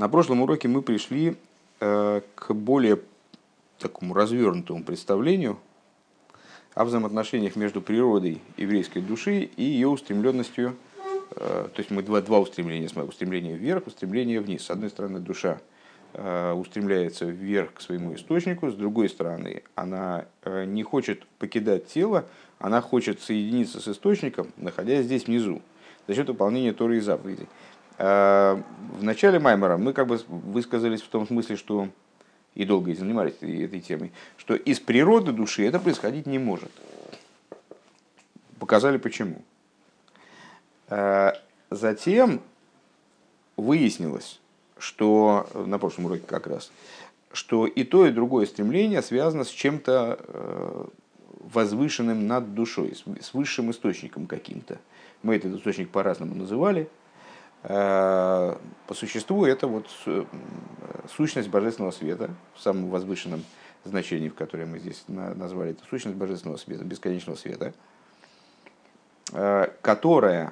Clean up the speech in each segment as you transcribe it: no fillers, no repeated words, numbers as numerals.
На прошлом уроке мы пришли к более такому развернутому представлению о взаимоотношениях между природой еврейской души и ее устремленностью. То есть мы два устремления смотрим: устремление вверх, устремление вниз. С одной стороны, душа устремляется вверх к своему источнику, с другой стороны, она не хочет покидать тело, она хочет соединиться с источником, находясь здесь внизу, за счет выполнения Торы и заповедей. В начале Маймера мы как бы высказались в том смысле, что, и долго занимались этой темой, что из природы души это происходить не может. Показали почему. Затем выяснилось, что на прошлом уроке как раз, что и то, и другое стремление связано с чем-то возвышенным над душой, с высшим источником каким-то. Мы этот источник по-разному называли. По существу это вот сущность божественного света в самом возвышенном значении, в которое мы здесь назвали, это сущность божественного света, бесконечного света, которая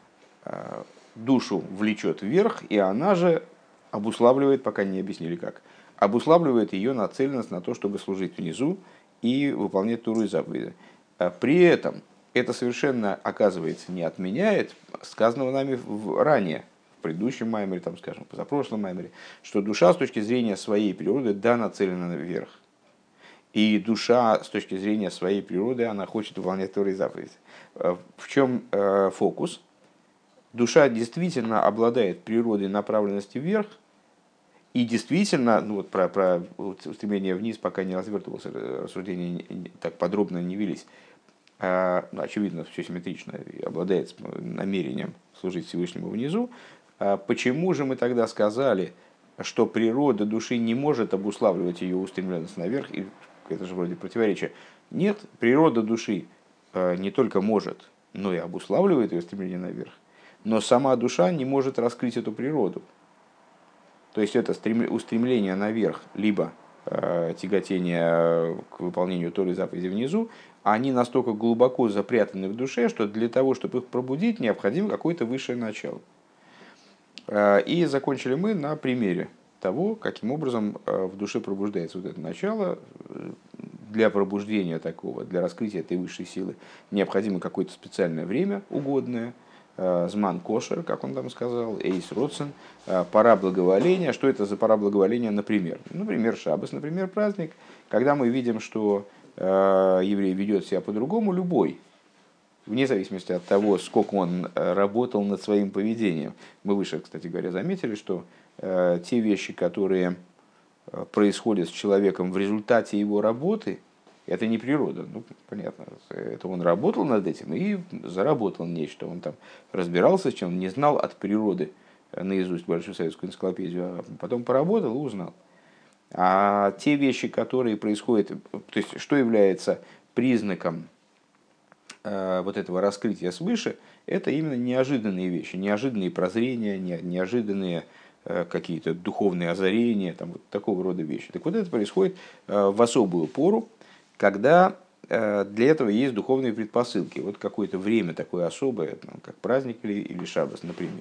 душу влечет вверх, и она же обуславливает, пока не объяснили как, обуславливает ее нацеленность на то, чтобы служить внизу и выполнять Тору и заповеди. При этом это совершенно, оказывается, не отменяет сказанного нами ранее, в предыдущем маймере, там, скажем, позапрошлом маймере, что душа с точки зрения своей природы, да, нацелена вверх. И душа с точки зрения своей природы, она хочет выполнять Тору и заповеди. В чем фокус? Душа действительно обладает природой направленности вверх, и действительно, ну вот про устремление вниз пока не развертывалось, рассуждения так подробно не велись. Очевидно, все симметрично, и обладает намерением служить Всевышнему внизу. Почему же мы тогда сказали, что природа души не может обуславливать ее устремленность наверх? И это же вроде противоречие. Нет, природа души не только может, но и обуславливает ее стремление наверх. Но сама душа не может раскрыть эту природу. То есть это устремление наверх, либо тяготение к выполнению Торы и заповедей внизу, они настолько глубоко запрятаны в душе, что для того, чтобы их пробудить, необходимо какое-то высшее начало. И закончили мы на примере того, каким образом в душе пробуждается вот это начало. Для пробуждения такого, для раскрытия этой высшей силы необходимо какое-то специальное время, угодное, зман кошер, как он там сказал, эйс родсен, пора благоволения. Что это за пора благоволения, например? Например, шаббос, например, праздник, когда мы видим, что еврей ведет себя по-другому, любой, вне зависимости от того, сколько он работал над своим поведением. Мы выше, кстати говоря, заметили, что те вещи, которые происходят с человеком в результате его работы, это не природа. Ну, понятно, это он работал над этим и заработал нечто. Он там разбирался с чем, не знал от природы наизусть Большую советскую энциклопедию, а потом поработал и узнал. А те вещи, которые происходят, то есть что является признаком вот этого раскрытия свыше, это именно неожиданные вещи, неожиданные прозрения, неожиданные какие-то духовные озарения, там, вот такого рода вещи. Так вот это происходит в особую пору, когда для этого есть духовные предпосылки. Вот какое-то время такое особое, как праздник или шаббос, например.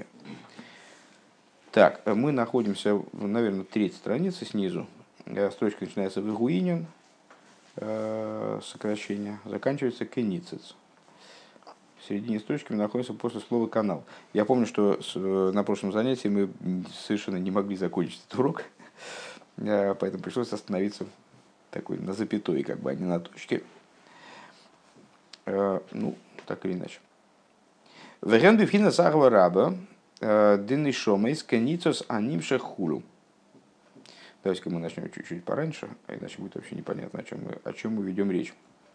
Так, мы находимся, наверное, на третьей странице снизу. Строчка начинается «Вегуинен», сокращение, заканчивается «Кеницец». В середине строчки мы находимся после слова «канал». Я помню, что на прошлом занятии мы совершенно не могли закончить этот урок, поэтому пришлось остановиться такой на запятой, как бы, а не на точке. Ну, так или иначе. «Веген бифхина сахва раба дынишомейс кеницос анимшех хулу». Давайте-ка мы начнем чуть-чуть пораньше, а иначе будет вообще непонятно, о чем мы ведем речь.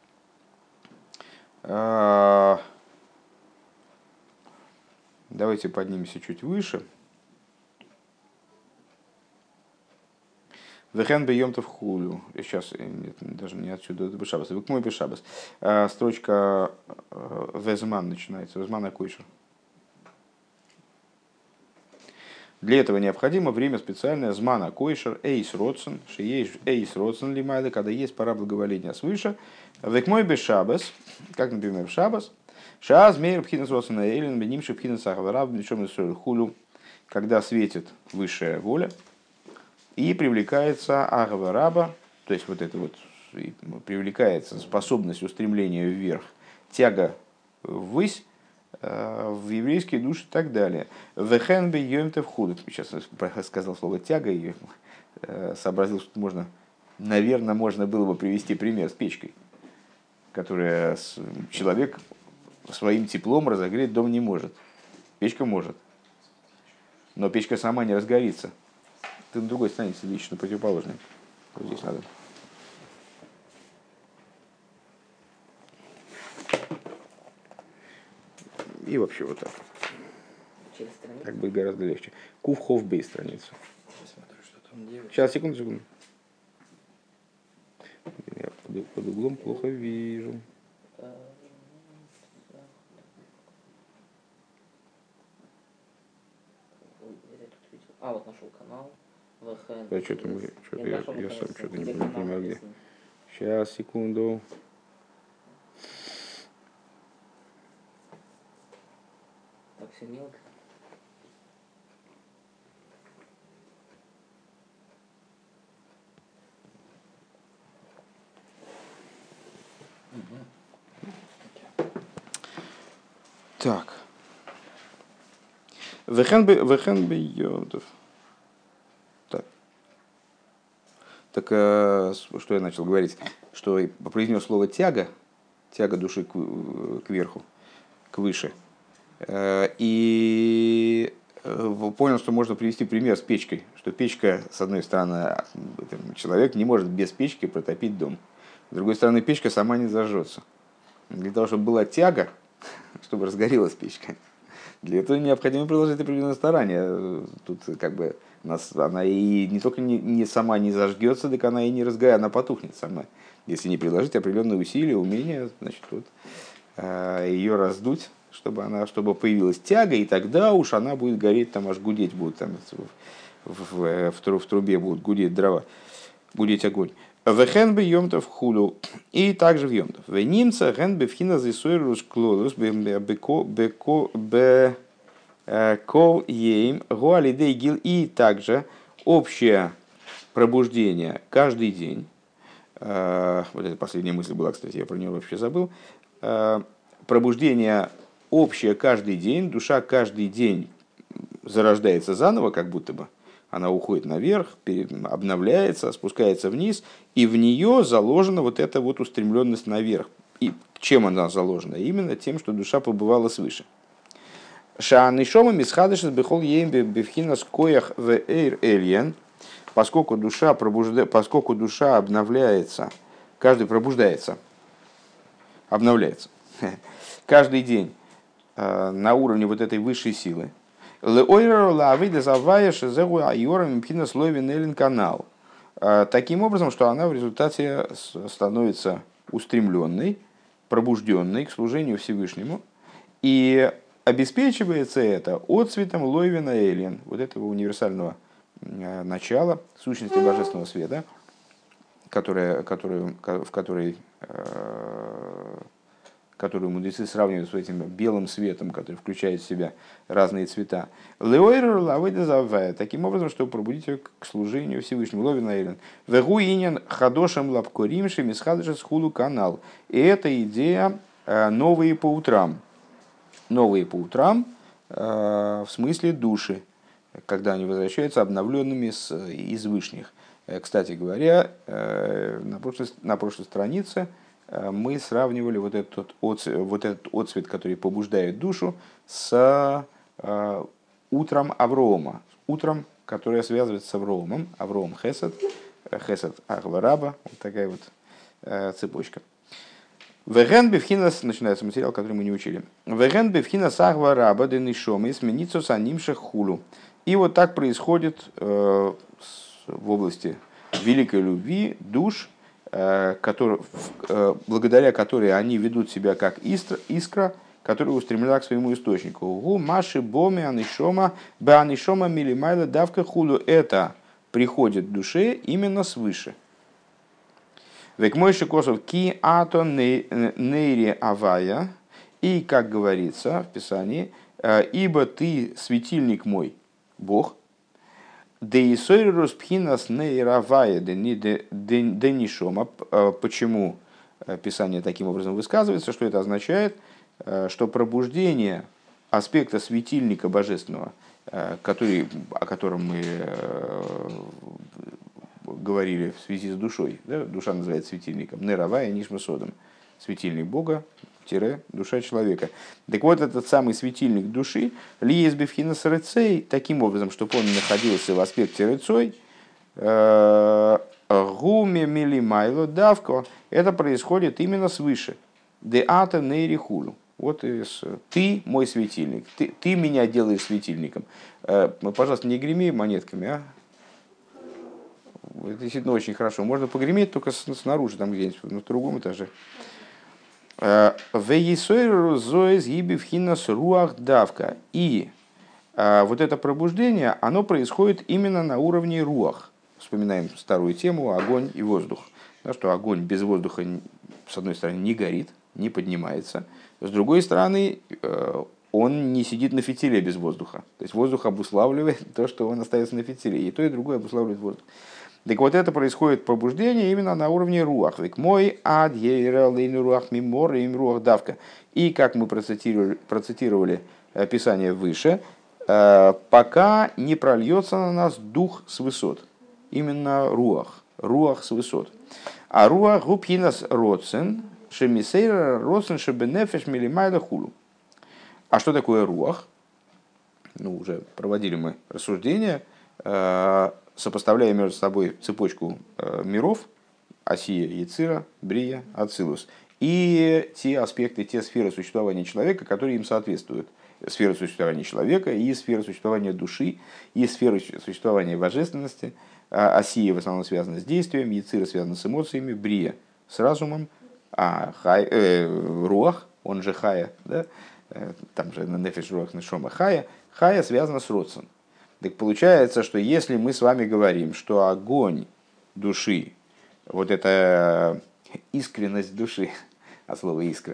Давайте поднимемся чуть выше. Вехен бейомтов хулю. Сейчас, нет, даже не отсюда, это бешабас. Векмой бешабас. Строчка везман начинается. Везман акойшер. Для этого необходимо время специальное. Зман акойшер. Эйс родсен. Шиеш эйс родсен лимайда. Когда есть пора благоволения свыше. Векмой бешабас. Как, например, в шабас. Шаз мейр пхинас родсена эйлен. Бенимши пхинас ахвараб. Ничем не хулю. когда светит высшая воля, и привлекается агава раба, то есть вот это вот, привлекается способность устремления вверх, тяга ввысь, в еврейские души и так далее. Вехен бе йомтев худут. Сейчас сказал слово тяга и сообразил, что можно, наверное, можно было бы привести пример с печкой, которая человек своим теплом разогреть дом не может. Печка может, но печка сама не разгорится. Ты на другой стороне сидишь, на противоположной. Вот здесь надо. И вообще вот так. Так будет гораздо легче. Кувхов бей страницу. Сейчас, секунду. Я под углом плохо вижу. Вот нашел канал. Я сам что-то не понимаю где. Сейчас, секунду. Так, все мелко. Так. Вехен бе йодов. Так, что я начал говорить? Что произнес слово тяга души к верху, к выше. И понял, что можно привести пример с печкой. Что печка, с одной стороны, человек не может без печки протопить дом. С другой стороны, печка сама не зажжется. Для того, чтобы была тяга, чтобы разгорелась печка, для этого необходимо приложить определенное старание. Тут как бы она и не только не сама не зажгется, так она и не разгорится, она потухнет сама. Если не приложить определенные усилия, умения, значит, вот, ее раздуть, чтобы появилась тяга, и тогда уж она будет гореть, там аж гудеть будут, там, в трубе будут гудеть дрова, гудеть огонь. Вехен бе йомтов худу. И также в йомтов. Венимца ген бевхина зисуэрус клолус кол ейм гуалидей гил. И также общее пробуждение каждый день. Вот эта последняя мысль была, кстати, я про нее вообще забыл. Пробуждение общее каждый день, душа каждый день зарождается заново, как будто бы. Она уходит наверх, обновляется, спускается вниз, и в нее заложена вот эта вот устремленность наверх. И чем она заложена? Именно тем, что душа побывала свыше. Шаанишома мисхадышес бехол еймбе бевхинас коях в эйр эльен, поскольку душа обновляется, каждый пробуждается, обновляется каждый день на уровне вот этой высшей силы. Таким образом, что она в результате становится устремленной, пробужденной к служению Всевышнему, и обеспечивается это отцветом Лойвина Элен, вот этого универсального начала, сущности божественного света, которую мудрецы сравнивают с этим белым светом, который включает в себя разные цвета. Таким образом, чтобы пробудить ее к служению Всевышнему. Ловин Вегуинен хадошам лапкоримши мисхадышес худу канал. И эта идея новые по утрам. Новые по утрам в смысле души, когда они возвращаются обновленными из вышних. Кстати говоря, на прошлой странице мы сравнивали вот этот отцвет, который побуждает душу, с утром Аврома, утром, которое связывается с Авромом, Авром Хесед, Хесед Ахва Раба, вот такая вот цепочка. Веген бевхинас, начинается материал, который мы не учили. Веген бевхинас Ахва Раба денишом и сменится санимших хулу. И вот так происходит в области великой любви душ, благодаря которой они ведут себя как искра, которая устремлена к своему источнику. Гу маши боми анишома ба анишома милимайла давка худу. Это приходит в душе именно свыше. Век мойши косов ки ато нейри авая. И, как говорится в Писании, ибо ты светильник мой Бог. Деисойрус пхинас нейравая денишома. Почему Писание таким образом высказывается? Что это означает? Что пробуждение аспекта светильника божественного, о котором мы говорили в связи с душой, да? Душа называется светильником, неравая нишма содом, светильник Бога, душа человека. Так вот, этот самый светильник души, лиес бифхинас рецей, таким образом, чтобы он находился в аспекте рецой, гуме милимайло давко, это происходит именно свыше. Де ата нейрихулю. Вот ты мой светильник, ты меня делаешь светильником. Пожалуйста, не греми монетками, а? Это действительно очень хорошо. Можно погреметь только снаружи, там где-нибудь на другом этаже. И вот это пробуждение, оно происходит именно на уровне руах. Вспоминаем старую тему огонь и воздух. Что огонь без воздуха, с одной стороны, не горит, не поднимается. С другой стороны, он не сидит на фитиле без воздуха. То есть воздух обуславливает то, что он остается на фитиле. И то, и другое обуславливает воздух. Так вот, это происходит пробуждение именно на уровне руах. Век мой ад руах мимор им руах давка. И как мы процитировали Писание выше, пока не прольется на нас дух с высот. Именно руах с высот. А руах губхинас родсен шемисейра родсен шебенефеш милимайда хулу. А что такое руах? Ну, уже проводили мы рассуждения, сопоставляя между собой цепочку миров, Осия, Яцира, Брия, Ацилус, и те аспекты, те сферы существования человека, которые им соответствуют. Сфера существования человека, и сфера существования души, и сфера существования божественности. Осия в основном связана с действием, Яцира связана с эмоциями, Брия с разумом, а Руах, он же Хая, да? Там же Нефеш Руах Нешома Хая, Хая связана с Родсом. Так получается, что если мы с вами говорим, что огонь души, вот эта искренность души, от слова искра,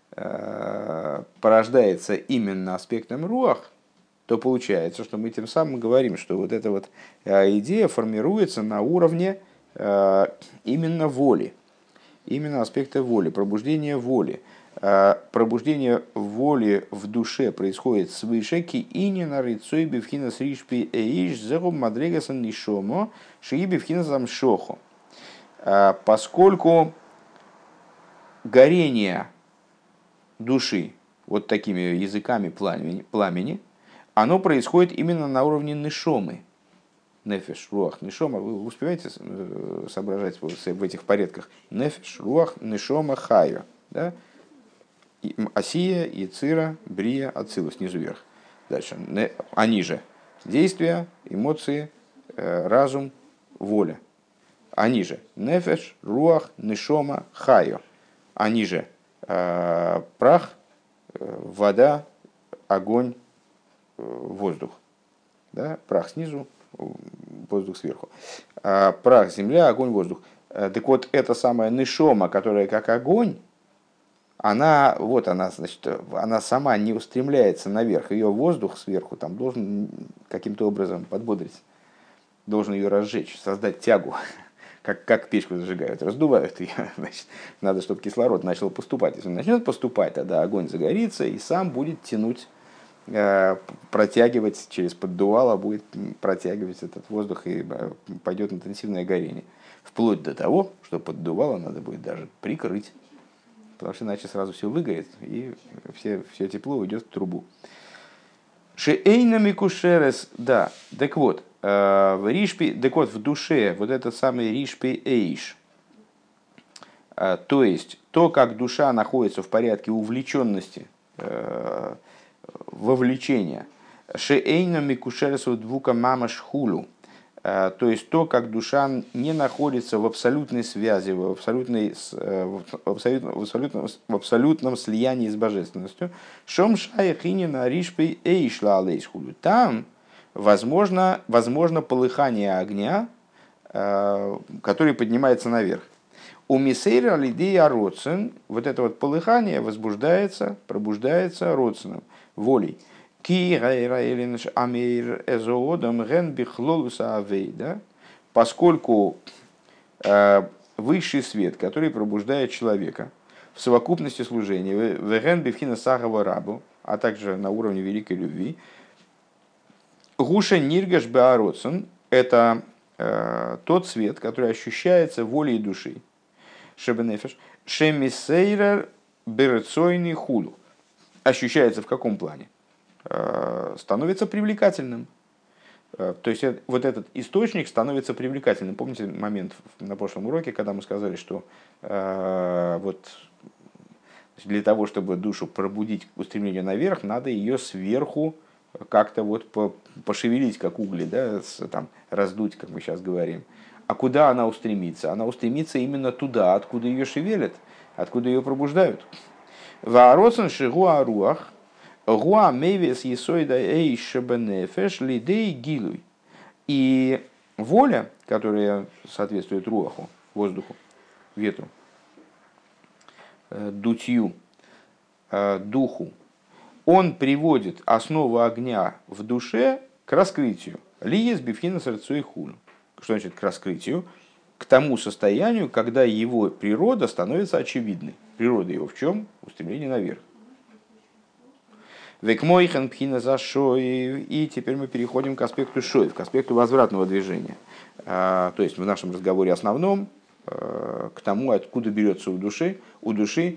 порождается именно аспектом руах, то получается, что мы тем самым говорим, что вот эта вот идея формируется на уровне именно воли, именно аспекта воли, пробуждения воли. Пробуждение воли в душе происходит свыше ки ини на рицой бифхинас ришпи эиш зерум мадрегасан нишомо шии бифхинасам шохо. Поскольку горение души вот такими языками пламени, оно происходит именно на уровне нишомы. Нефеш, руах, нишома. Вы успеваете соображать в этих порядках? Нефеш, руах, нишома, хайо. Да? Осия, Яцира, Брия, Ацилус, снизу вверх. Дальше. Они же действия, эмоции, разум, воля. Они же нефеш, руах, нишома, хайо. Они же прах, вода, огонь, воздух. Да? Прах снизу, воздух сверху. Прах, земля, огонь, воздух. Так вот, эта самая нишома, которая как огонь, она сама не устремляется наверх. Ее воздух сверху там должен каким-то образом подбодрить. Должен ее разжечь, создать тягу. Как печку зажигают, раздувают ее. Значит, надо, чтобы кислород начал поступать. Если он начнет поступать, тогда огонь загорится и сам будет тянуть, протягивать через поддувало, будет протягивать этот воздух и пойдет интенсивное горение. Вплоть до того, что поддувало надо будет даже прикрыть. Потому что иначе сразу все выгорит, и все тепло уйдет в трубу. Шеэйнами кушерес, да, так вот, в душе вот этот самый ришпи эйш, то есть то, как душа находится в порядке увлеченности, вовлечения, шеэйнами кушерес двука мамаш хулу, то есть то, как душа не находится в абсолютной связи, в абсолютном слиянии с божественностью. Шом шаяхинина ришпей эйшла алейсхулю. Там возможно полыхание огня, который поднимается наверх. У мисейра лидея родсен, вот это вот полыхание возбуждается, пробуждается родсеном, волей. Ки гайраэлинш амир эзоодам ген бихлолуса авейда, поскольку высший свет, который пробуждает человека в совокупности служения, веген бифхина сагава рабу, а также на уровне великой любви, гуша ниргаш беароцен – это тот свет, который ощущается волей души, шебенефеш, шемисейрер берецойный хулу. Ощущается в каком плане? Становится привлекательным. То есть вот этот источник становится привлекательным. Помните момент на прошлом уроке, когда мы сказали, что вот для того, чтобы душу пробудить к устремлению наверх, надо ее сверху как-то вот пошевелить, как угли, да, там, раздуть, как мы сейчас говорим. А куда она устремится? Она устремится именно туда, откуда ее шевелят, откуда ее пробуждают. Ваароцен шигуа руах, гуа мейвес есойда эй шебенефеш лидей гилуй. И воля, которая соответствует руаху, воздуху, ветру, дутью, духу, он приводит основу огня в душе к раскрытию. Лиес бифхина сарцуй хулю. Что значит к раскрытию? К тому состоянию, когда его природа становится очевидной. Природа его в чем? Устремление наверх. Векмойхан пхина за шоев. И теперь мы переходим к аспекту шоев, к аспекту возвратного движения. То есть в нашем разговоре основном к тому, откуда берется у души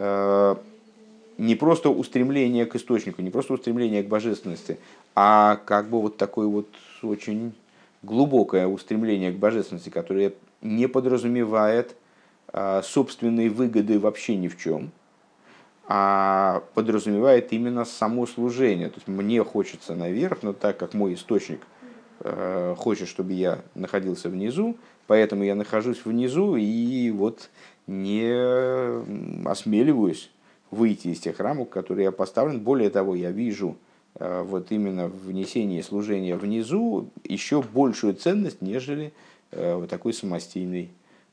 не просто устремление к источнику, не просто устремление к божественности, а как бы вот такое вот очень глубокое устремление к божественности, которое не подразумевает собственной выгоды вообще ни в чем, а подразумевает именно само служение. То есть мне хочется наверх, но так как мой источник хочет, чтобы я находился внизу, поэтому я нахожусь внизу и вот не осмеливаюсь выйти из тех рамок, в которые я поставлен. Более того, я вижу вот именно в внесении служения внизу еще большую ценность, нежели вот такой самостийный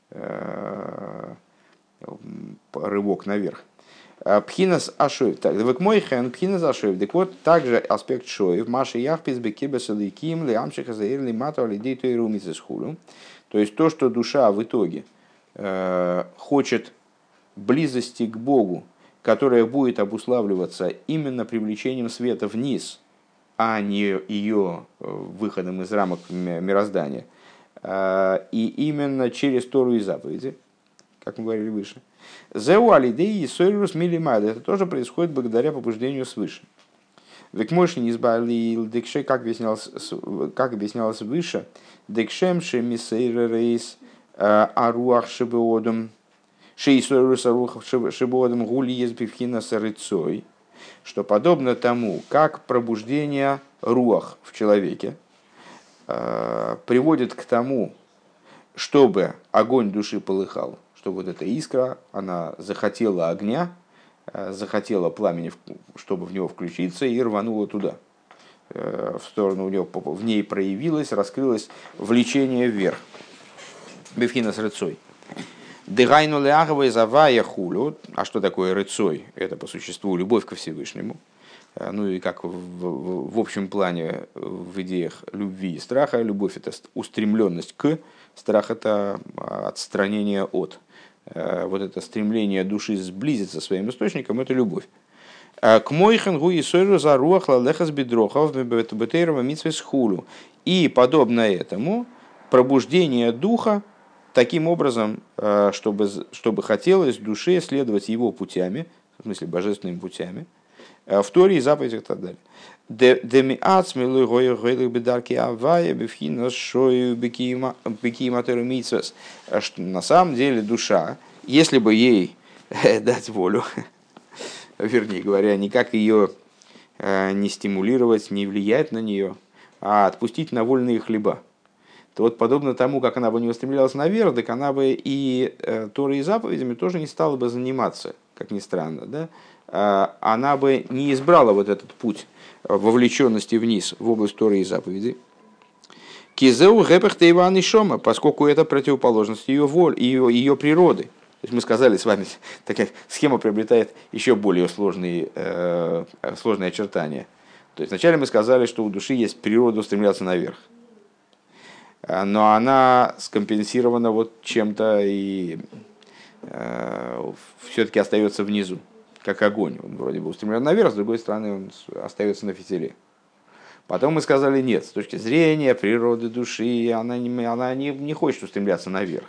рывок наверх. Пхинас ашоев. Так, вы к мой хэн пхинас ашоев. Так вот, также аспект шоев. Маши яхпис бекебеса ликим лиамшиха заирли мату лидей той румицы схулю. То есть то, что душа в итоге хочет близости к Богу, которая будет обуславливаться именно привлечением света вниз, а не ее выходом из рамок мироздания, и именно через Тору и заповеди, как мы говорили выше. Зеу алидей и сойрус милимайда. Это тоже происходит благодаря побуждению свыше. Векмойши не избавил декше, как объяснялось выше, декшем шемисейр рейс аруах шебеодом, шейсойрус аруах шебеодом гули езбивхина сарыцой, что подобно тому, как пробуждение руах в человеке приводит к тому, чтобы огонь души полыхал, чтобы вот эта искра, она захотела огня, захотела пламени, чтобы в него включиться, и рванула туда, в сторону у него, в ней проявилось, раскрылось влечение вверх. Бифхина с рыцой. Дыгайну лягова завая хулю. А что такое рыцой? Это по существу любовь ко Всевышнему. Ну и как в общем плане в идеях любви и страха. Любовь — это устремленность к, страх — это отстранение от. Вот это стремление души сблизиться со своим источником — это любовь. К мойхенгу и сойру за руах лалехас бедрохов бетейрова митсвес хулю. И подобно этому пробуждение духа таким образом, чтобы хотелось душе следовать его путями, в смысле божественными путями, в Торе и заповедях и так далее. На самом деле душа, если бы ей дать волю, вернее говоря, никак ее не стимулировать, не влиять на нее, а отпустить на вольные хлеба, то вот подобно тому, как она бы не устремлялась наверх, так она бы и Торой и заповедями тоже не стала бы заниматься, как ни странно, да? Она бы не избрала вот этот путь вовлеченности вниз в область Торы и заповедей. Кизеу гэпэх тейван и шома, поскольку это противоположность ее воли, ее природы. То есть мы сказали с вами, такая схема приобретает еще более сложные очертания. То есть вначале мы сказали, что у души есть природа устремляться наверх. Но она скомпенсирована вот чем-то и все-таки остается внизу, как огонь. Он вроде бы устремлен наверх, с другой стороны он остается на фитиле. Потом мы сказали, нет, с точки зрения природы души, она не хочет устремляться наверх.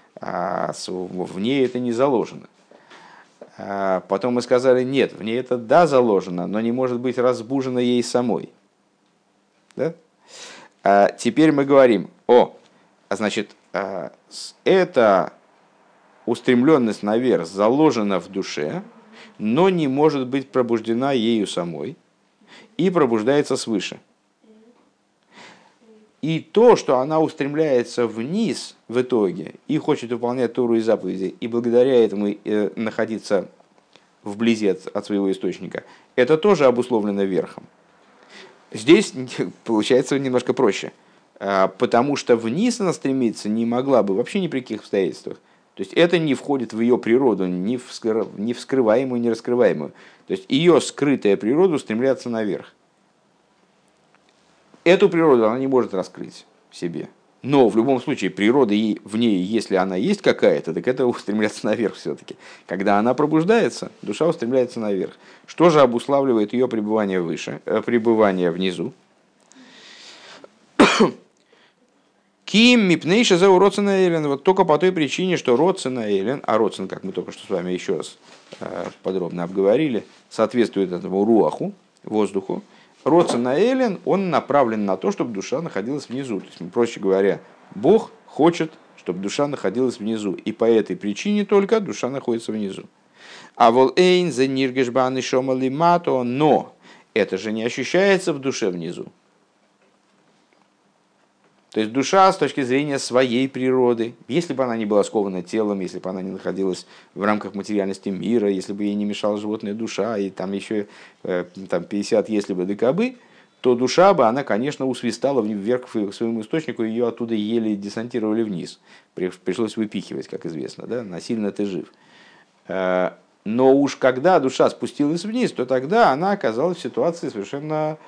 В ней это не заложено. Потом мы сказали, нет, в ней это да заложено, но не может быть разбужено ей самой. Да? Теперь мы говорим, значит, эта устремленность наверх заложена в душе, но не может быть пробуждена ею самой и пробуждается свыше. И то, что она устремляется вниз в итоге и хочет выполнять Тору и заповеди, и благодаря этому находиться вблизи от своего источника, это тоже обусловлено верхом. Здесь получается немножко проще, потому что вниз она стремиться не могла бы вообще ни при каких обстоятельствах. То есть это не входит в ее природу, ни в скрываемую, ни раскрываемую. То есть ее скрытая природа устремляется наверх. Эту природу она не может раскрыть в себе. Но в любом случае природа в ней, если она есть какая-то, так это устремляться наверх все-таки. Когда она пробуждается, душа устремляется наверх. Что же обуславливает ее пребывание выше, пребывание внизу? Ким мипнейша за Роцена Элен. Вот только по той причине, что Роцена Элен, а Роцен, как мы только что с вами еще раз подробно обговорили, соответствует этому руаху, воздуху. Роцена Элен, он направлен на то, чтобы душа находилась внизу. То есть, проще говоря, Бог хочет, чтобы душа находилась внизу. И по этой причине только душа находится внизу. А вол эйн за ниргешбан и шомали мато, но это же не ощущается в душе внизу. То есть душа с точки зрения своей природы, если бы она не была скована телом, если бы она не находилась в рамках материальности мира, если бы ей не мешала животная душа, и там еще 50 если бы докобы, то душа бы, она, конечно, усвистала вверх к своему источнику, ее оттуда еле десантировали вниз. Пришлось выпихивать, как известно, да? Насильно ты жив. Но уж когда душа спустилась вниз, то тогда она оказалась в ситуации совершенно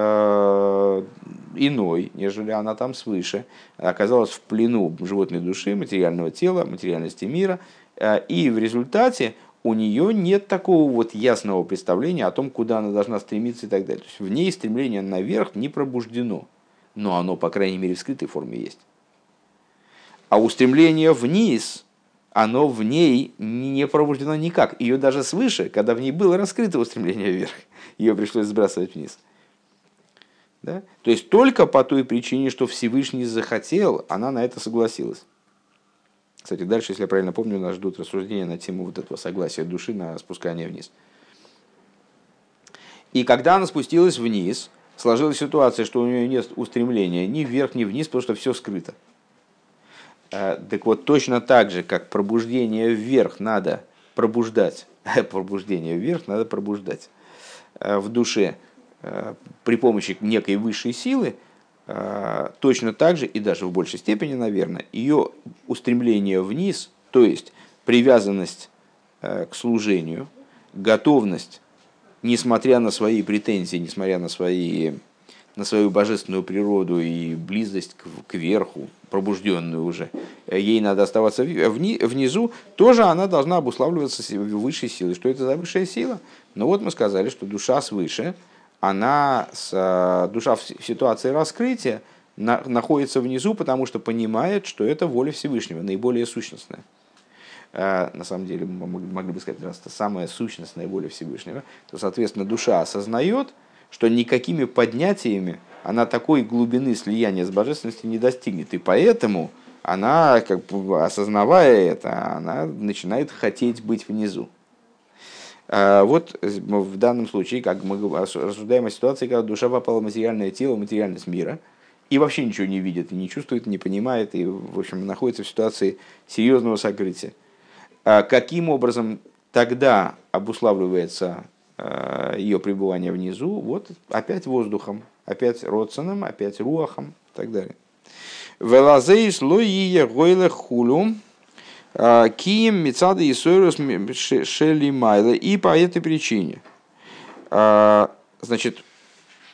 иной, нежели она там свыше, оказалась в плену животной души, материального тела, материальности мира, и в результате у нее нет такого вот ясного представления о том, куда она должна стремиться и так далее. То есть в ней стремление наверх не пробуждено, но оно, по крайней мере, в скрытой форме есть. А устремление вниз, оно в ней не пробуждено никак. Ее даже свыше, когда в ней было раскрыто устремление вверх, ее пришлось сбрасывать вниз. Да? То есть только по той причине, что Всевышний захотел, она на это согласилась. Кстати, дальше, если я правильно помню, нас ждут рассуждения на тему вот этого согласия души на спускание вниз. И когда она спустилась вниз, сложилась ситуация, что у нее нет устремления ни вверх, ни вниз, потому что все скрыто. Так вот, точно так же, как пробуждение вверх надо пробуждать, пробуждение вверх надо пробуждать в душе при помощи некой высшей силы, точно так же и даже в большей степени, наверное, ее устремление вниз, то есть привязанность к служению, готовность, несмотря на свои претензии, несмотря на свою божественную природу и близость к верху, пробужденную уже, ей надо оставаться внизу, тоже она должна обуславливаться высшей силой. Что это за высшая сила? Ну вот мы сказали, что душа свыше, душа в ситуации раскрытия находится внизу, потому что понимает, что это воля Всевышнего, наиболее сущностная. На самом деле, мы могли бы сказать, раз это самая сущностная воля Всевышнего, то, соответственно, душа осознает, что никакими поднятиями она такой глубины слияния с божественностью не достигнет. И поэтому она, как бы осознавая это, она начинает хотеть быть внизу. Вот в данном случае, как мы рассуждаем о ситуации, когда душа попала в материальное тело, в материальность мира, и вообще ничего не видит, и не чувствует, не понимает, и, в общем, находится в ситуации серьезного сокрытия. Каким образом тогда обуславливается ее пребывание внизу? Вот опять воздухом, опять родсоном, опять руахом и так далее. Велазеис лоие гойле хулю кием мецады и сойрус шели майла. И по этой причине, значит,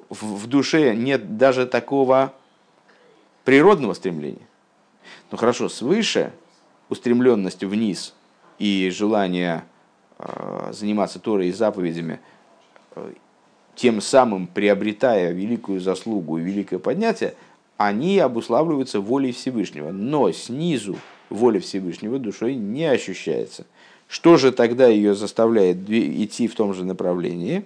в душе нет даже такого природного стремления. Ну хорошо, свыше устремленность вниз и желание заниматься Торой и заповедями, тем самым приобретая великую заслугу и великое поднятие, они обуславливаются волей Всевышнего. Но снизу воля Всевышнего душой не ощущается. Что же тогда ее заставляет идти в том же направлении?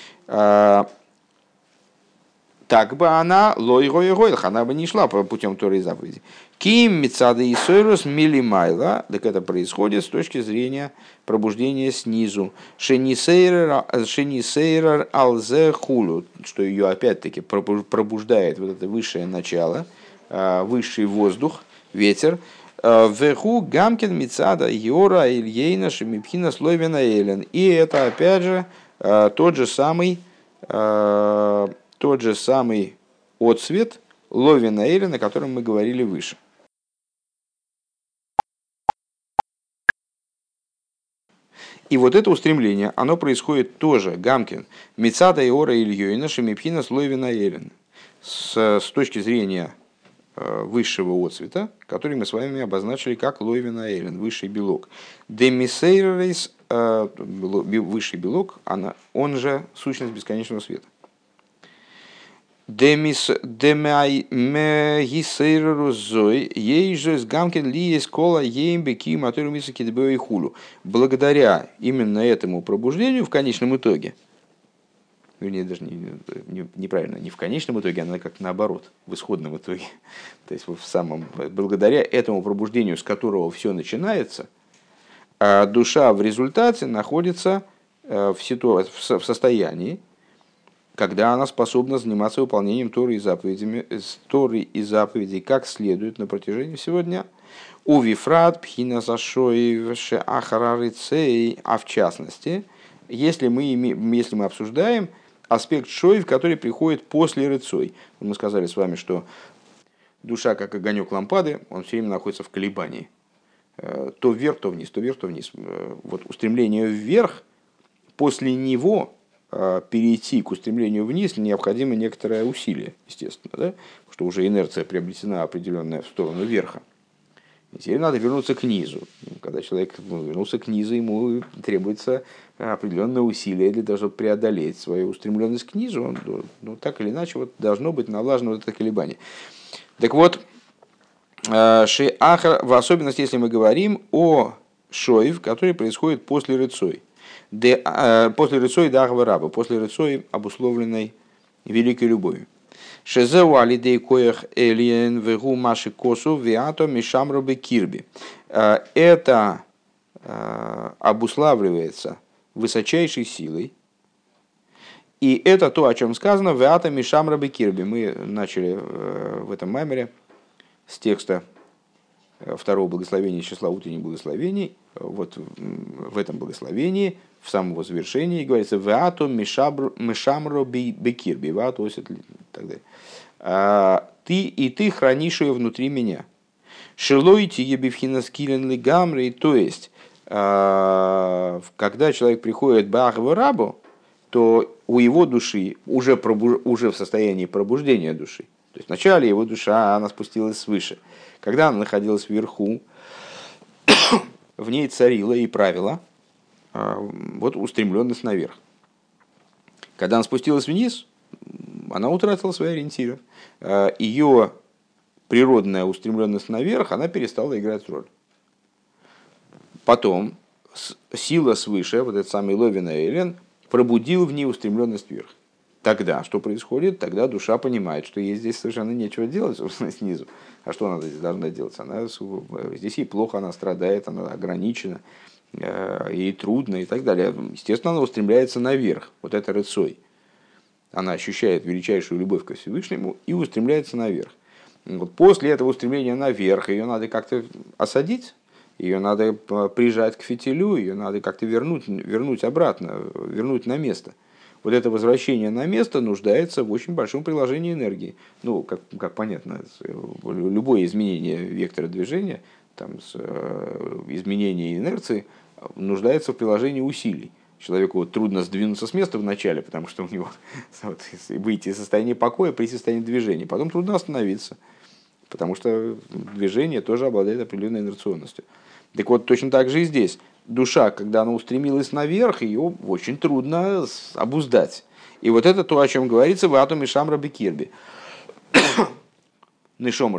Так бы она лой-гой-гойлах, она бы не шла путем Торы и заповеди. Ким мицады и сойрус милимайла, так это происходит с точки зрения пробуждения снизу. Шенисейрар алзе хулю, что ее опять-таки пробуждает вот это высшее начало, высший воздух, ветер. Веху гамкин мицада йора ильейна шемипхина словена элен. И это опять же тот же самый отцвет Ловина Эйлен, о котором мы говорили выше. И вот это устремление, оно происходит тоже, Гамкин, Мицада и Ора Ильёйна, Шемипхина, Ловина Эйлен, с точки зрения высшего отцвета, который мы с вами обозначили как Ловина Эйлен, высший белок. Демисейрейс, высший белок, он же сущность бесконечного света. Благодаря именно этому пробуждению в конечном итоге, вернее, даже неправильно, не в конечном итоге, а как наоборот, в исходном итоге, то есть благодаря этому пробуждению, с которого все начинается, душа в результате находится в состоянии, когда она способна заниматься выполнением Торы и заповедей как следует на протяжении всего дня. У вифрат пхина зашоевше ахарарицей, а в частности, если мы обсуждаем аспект шоев, который приходит после рыцой. Мы сказали с вами, что душа, как огонек лампады, он все время находится в колебании. То вверх, то вниз, то вверх, то вниз. Вот устремление вверх, после него перейти к устремлению вниз необходимо некоторое усилие, естественно, да? Потому что уже инерция приобретена определенная в сторону верха. И теперь надо вернуться к низу. Когда человек вернулся к низу, ему требуется определенное усилие для того, чтобы преодолеть свою устремленность к низу. Он, так или иначе должно быть налажено это колебание. Так вот, в особенности, если мы говорим о шоев, который происходит после рыцой. После рыцой дахва раба, после рыцой, обусловленной великой любовью. Шезеу алидей коях элиен вегу маши косу виато мишамробе кирби. Это обуславливается высочайшей силой. И это то, о чем сказано виато мишамробе кирби. Мы начали в этом маймере с текста второго благословения из числа утренних благословений. Вот в этом благословении в самом его завершении говорится «Веато мишамро бекирби», «Веато осет» и так далее. «Ты хранишь ее внутри меня». «Шелойти ебивхина скилен лигамри», то есть, когда человек приходит бахва рабу, то у его души уже в состоянии пробуждения души. То есть вначале его душа, она спустилась свыше. Когда она находилась вверху, в ней царила и правила устремленность наверх. Когда она спустилась вниз, она утратила свои ориентиры. Ее природная устремленность наверх, она перестала играть роль. Потом сила свыше, вот этот самый Ловин Эйлен, пробудил в ней устремленность вверх. Тогда что происходит? Тогда душа понимает, что ей здесь совершенно нечего делать, собственно, снизу. А что она здесь должна делать? Здесь ей плохо, она страдает, она ограничена, ей трудно и так далее. Естественно, она устремляется наверх. Вот это рыцой. Она ощущает величайшую любовь ко Всевышнему и устремляется наверх. Вот после этого устремления наверх ее надо как-то осадить, ее надо прижать к фитилю, ее надо как-то вернуть обратно, вернуть на место. Вот это возвращение на место нуждается в очень большом приложении энергии. Ну, как понятно, любое изменение вектора движения, изменение инерции нуждается в приложении усилий. Человеку вот трудно сдвинуться с места вначале, потому что у него вот, выйти из состояния покоя, прийти в состояние движения. Потом трудно остановиться, потому что движение тоже обладает определенной инерционностью. Так вот, точно так же и здесь. Душа, когда она устремилась наверх, ее очень трудно обуздать. И вот это то, о чем говорится в Атоме Шамра Бекирби. Нешома,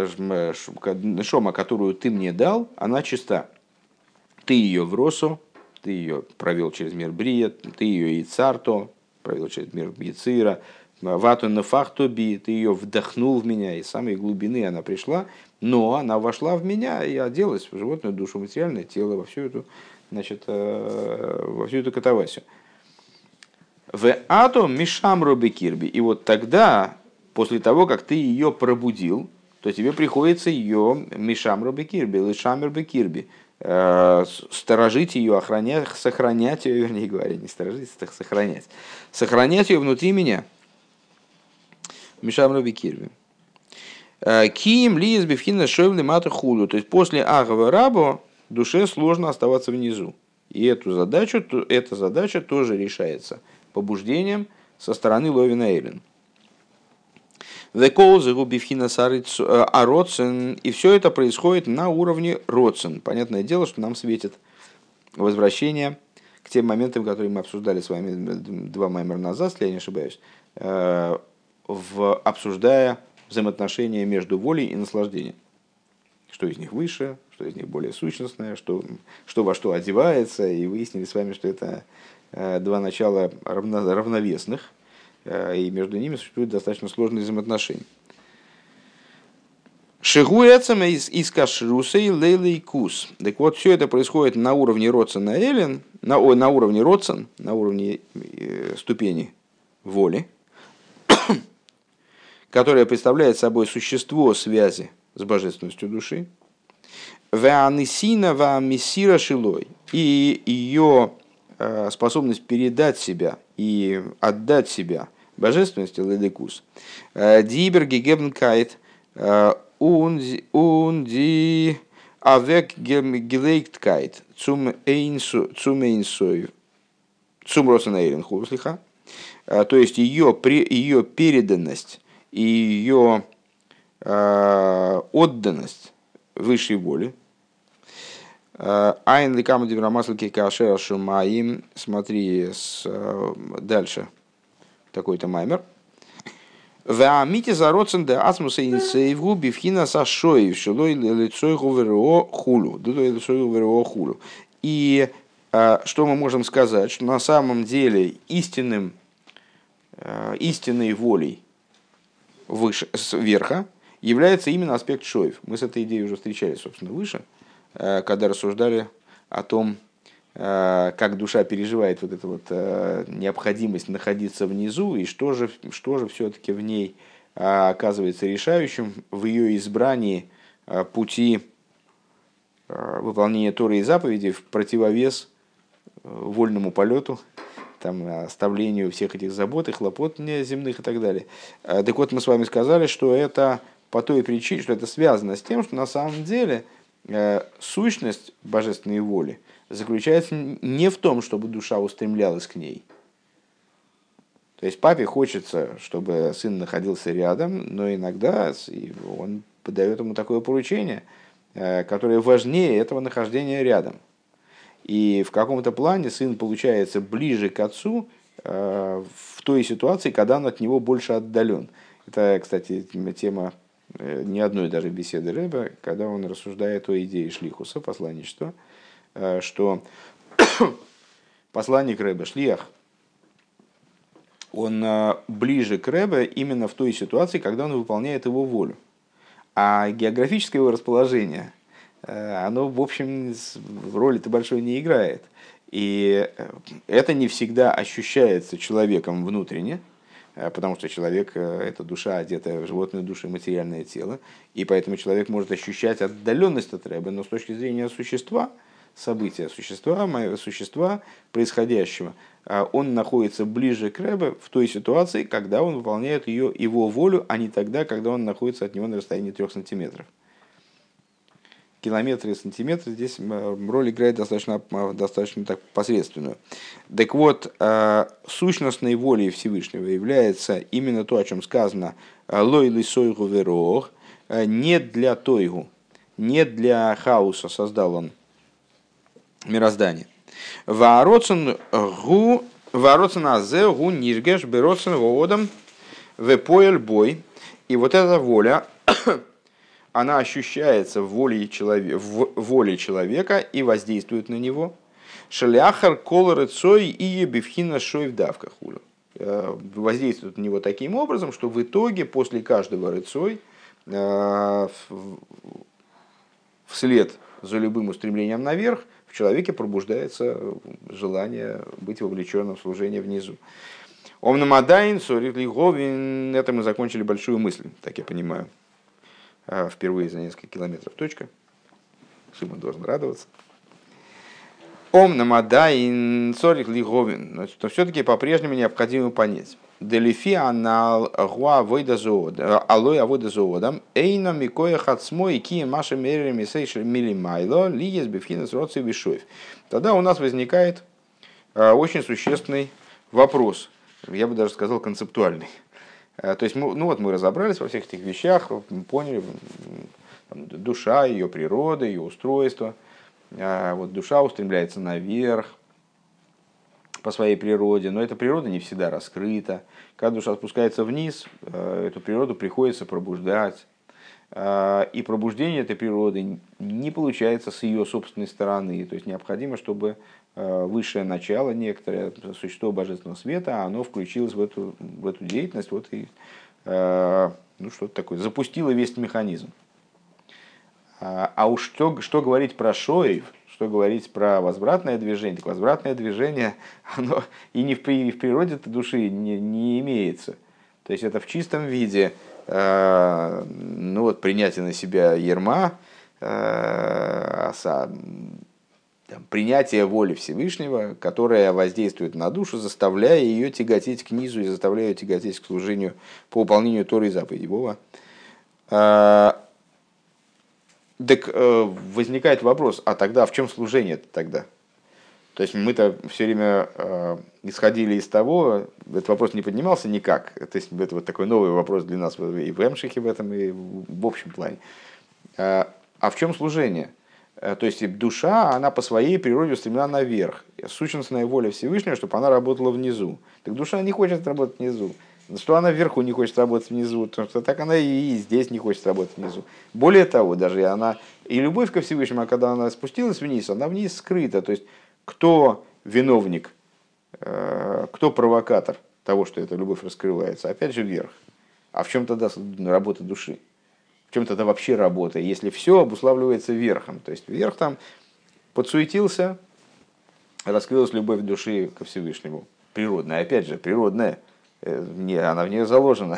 которую ты мне дал, она чиста. Ты ее в Росу, ты ее провел через мир Брия, ты ее и Царто, провел через мир Яцира, Вату Нафахтоби, ты ее вдохнул в меня, из самой глубины она пришла, но она вошла в меня и оделась в животную душу, материальное тело, во всю эту, значит, во всю эту катавасию. В Атом Мишамро Бекирби. И вот тогда, после того, как ты ее пробудил, то тебе приходится ее Мишамро Бекирби, Лишамер Бекирби, сторожить ее, охранять, сохранять ее, вернее говоря, не сторожить, а сохранять. Сохранять ее внутри меня. Мишам Раби Кирби. Киим ли из бифхина шойвли мата худу. То есть после агава рабо душе сложно оставаться внизу. И эта задача тоже решается побуждением со стороны Ловина Эйлен. И все это происходит на уровне роцен. Понятное дело, что нам светит возвращение к тем моментам, которые мы обсуждали с вами 2 маймера назад, если я не ошибаюсь, обсуждая взаимоотношения между волей и наслаждением. Что из них выше, что из них более сущностное, что во что одевается. И выяснили с вами, что это 2 начала равновесных, и между ними существуют достаточно сложные взаимоотношения. Шигуэцам из кашрусей лейлей кус. Так вот, все это происходит на уровне роцена элен, на уровне роцен, на уровне ступени воли, которая представляет собой существо связи с божественностью души. Веанисина веамисира шилой. И ее способность передать себя и отдать себя божественности ледекус. Дибер гегебнкайт унди авек гелейкткайт цум эйнсой цум росенэйрен хуслиха. То есть ее переданность и ее отданность высшей воле. Айн ликама диврамаслки кашера шумаим. Смотри дальше. Такой-то маймер. Ваамите зароцен де асмуса инсейвгу бифхина сашоев шилой лицой гуверо хулу. И что мы можем сказать? Что на самом деле истинной волей выше, сверха является именно аспект шоев. Мы с этой идеей уже встречались, собственно, выше, когда рассуждали о том, как душа переживает вот эту вот необходимость находиться внизу, и что же все-таки в ней оказывается решающим в ее избрании пути выполнения Торы и заповедей в противовес вольному полету, там, оставлению всех этих забот и хлопот земных и так далее. Так вот, мы с вами сказали, что это по той причине, что это связано с тем, что на самом деле сущность божественной воли заключается не в том, чтобы душа устремлялась к ней. То есть папе хочется, чтобы сын находился рядом, но иногда он подает ему такое поручение, которое важнее этого нахождения рядом. И в каком-то плане сын получается ближе к отцу в той ситуации, когда он от него больше отдален. Это, кстати, тема не одной даже беседы Ребе, когда он рассуждает о идее шлихуса, посланничества, что посланник Ребе, шлиах, он ближе к Ребе именно в той ситуации, когда он выполняет его волю. А географическое его расположение, оно, в общем, роли-то большой не играет. И это не всегда ощущается человеком внутренне, потому что человек – это душа, одетая в животную душу и материальное тело. И поэтому человек может ощущать отдаленность от Ребе, но с точки зрения существа, события, существа происходящего, он находится ближе к Ребе в той ситуации, когда он выполняет его волю, а не тогда, когда он находится от него на расстоянии 3 сантиметров. километры и сантиметры здесь роль играет достаточно так посредственную. Так вот, сущностной волей Всевышнего является именно то, о чем сказано «лой лисойгу верох», не для тойгу, не для хаоса создал он мироздание. Вароцен азе гу ниргеш бероцен воодам вепоэль бой. И вот эта воля, она ощущается в воле человека и воздействует на него. Шаляхар кол рыцой и ебивхина шойв давка хулю. Воздействует на него таким образом, что в итоге после каждого рыцой вслед за любым устремлением наверх в человеке пробуждается желание быть вовлеченным в служение внизу. Омнамадайн, Сорихлиговин. Это мы закончили большую мысль, так я понимаю. Впервые за несколько километров. Точка. Шимон должен радоваться. Омнамадайн, Сорихлиговин. Но все-таки по-прежнему необходимо понять. Делифи анал гуа войда зоодам, алоя войда зоодам, эйна микоя хацмой ки маша мерами сейшель милимайло лиес бифхинес роци вишоев. Тогда у нас возникает очень существенный вопрос. Я бы даже сказал концептуальный. То есть мы разобрались во всех этих вещах, поняли душа, ее природа, ее устройство. Вот душа устремляется наверх по своей природе, но эта природа не всегда раскрыта. Когда душа спускается вниз, эту природу приходится пробуждать. И пробуждение этой природы не получается с ее собственной стороны. То есть необходимо, чтобы высшее начало, некоторое существо божественного света, оно включилось в эту деятельность, вот и что-то такое, запустило весь механизм. А уж что говорить про шоев, что говорить про возвратное движение, так возвратное движение, оно и в природе души не имеется. То есть это в чистом виде принятие на себя ярма, принятие воли Всевышнего, которая воздействует на душу, заставляя ее тяготеть к низу и заставляя ее тяготеть к служению по выполнению Торы и заповедей Бога. Так возникает вопрос, а тогда в чем служение-то тогда? То есть мы-то все время исходили из того, этот вопрос не поднимался никак. То есть это вот такой новый вопрос для нас и в Эмшихе в этом, и в общем плане. А в чем служение? То есть душа, она по своей природе устремлена наверх. Сущностная воля Всевышнего, чтобы она работала внизу. Так душа не хочет работать внизу. Что она вверху не хочет работать внизу, потому что так она и здесь не хочет работать внизу. Более того, даже и любовь ко Всевышнему, когда она спустилась вниз, она вниз скрыта. То есть кто виновник, кто провокатор того, что эта любовь раскрывается? Опять же вверх. А в чем тогда работа души? В чем тогда вообще работа, если все обуславливается верхом? То есть вверх там подсуетился, раскрылась любовь души ко Всевышнему. Природная, опять же, природная. Она в нее заложена.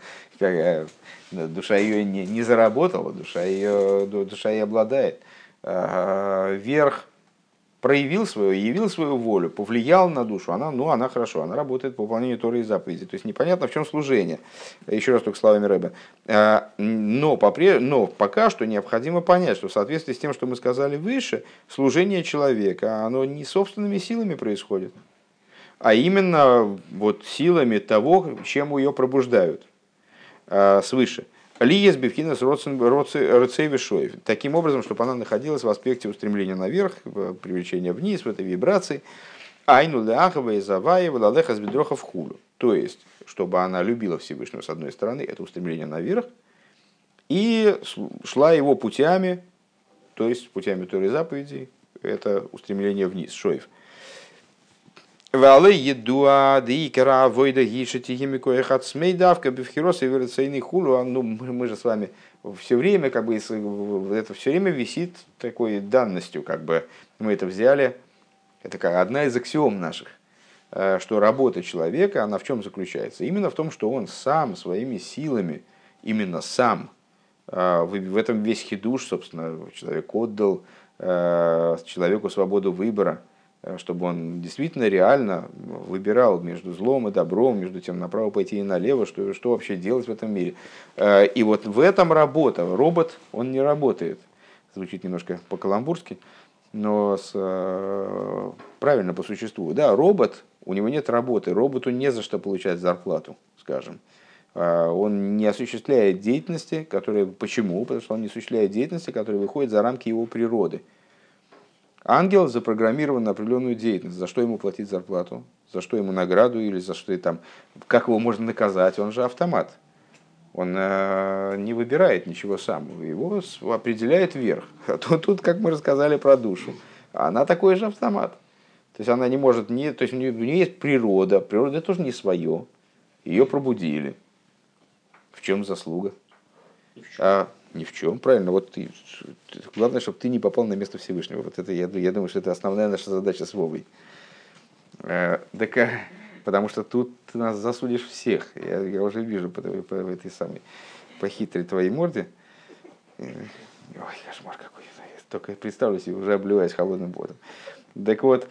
Душа ее не заработала, душа ее обладает. Верх проявил явил свою волю, повлиял на душу, она хорошо, она работает по выполнению Торы и заповедей. То есть непонятно, в чем служение. Еще раз только словами Рэбе. Но пока что необходимо понять, что в соответствии с тем, что мы сказали выше, служение человека, оно не собственными силами происходит, а именно силами того, чем ее пробуждают свыше. Лиес бифхинас роцевишоев. Таким образом, чтобы она находилась в аспекте устремления наверх, привлечения вниз, в этой вибрации. Айну леахава и заваева ладеха с бедроха в хулю. То есть, чтобы она любила Всевышнего, с одной стороны, это устремление наверх, и шла его путями, то есть путями Торы и заповедей, это устремление вниз, шоев. Мы же с вами все время, это все время висит такой данностью, мы это взяли, это одна из аксиом наших, что работа человека, она в чем заключается? Именно в том, что он сам, своими силами, именно сам, в этом весь хидуш, собственно, человек отдал человеку свободу выбора, чтобы он действительно реально выбирал между злом и добром, между тем направо пойти и налево, что вообще делать в этом мире. И вот в этом работа. Робот, он не работает. звучит немножко по-каламбурски, но правильно по существу. Да, робот, у него нет работы, роботу не за что получать зарплату, скажем. Он не осуществляет деятельности, которые... Почему? Потому что он не осуществляет деятельности, которые выходят за рамки его природы. Ангел запрограммирован на определенную деятельность. За что ему платить зарплату? За что ему награду? Или за что там... Как его можно наказать? Он же автомат. Он не выбирает ничего сам. Его определяет верх. А тут, как мы рассказали про душу, она такой же автомат. То есть она не может... То есть у нее есть природа. Природа тоже не свое. Ее пробудили. В чем заслуга? Ни в чем, правильно. Вот главное, чтобы ты не попал на место Всевышнего. Вот это, я думаю, что это основная наша задача с Вовой. Потому что тут ты нас засудишь всех. Я уже вижу по этой самой, по хитрой твоей морде. Ой, кошмар какой. Только представлю себе, уже обливаюсь холодным потом. Так вот,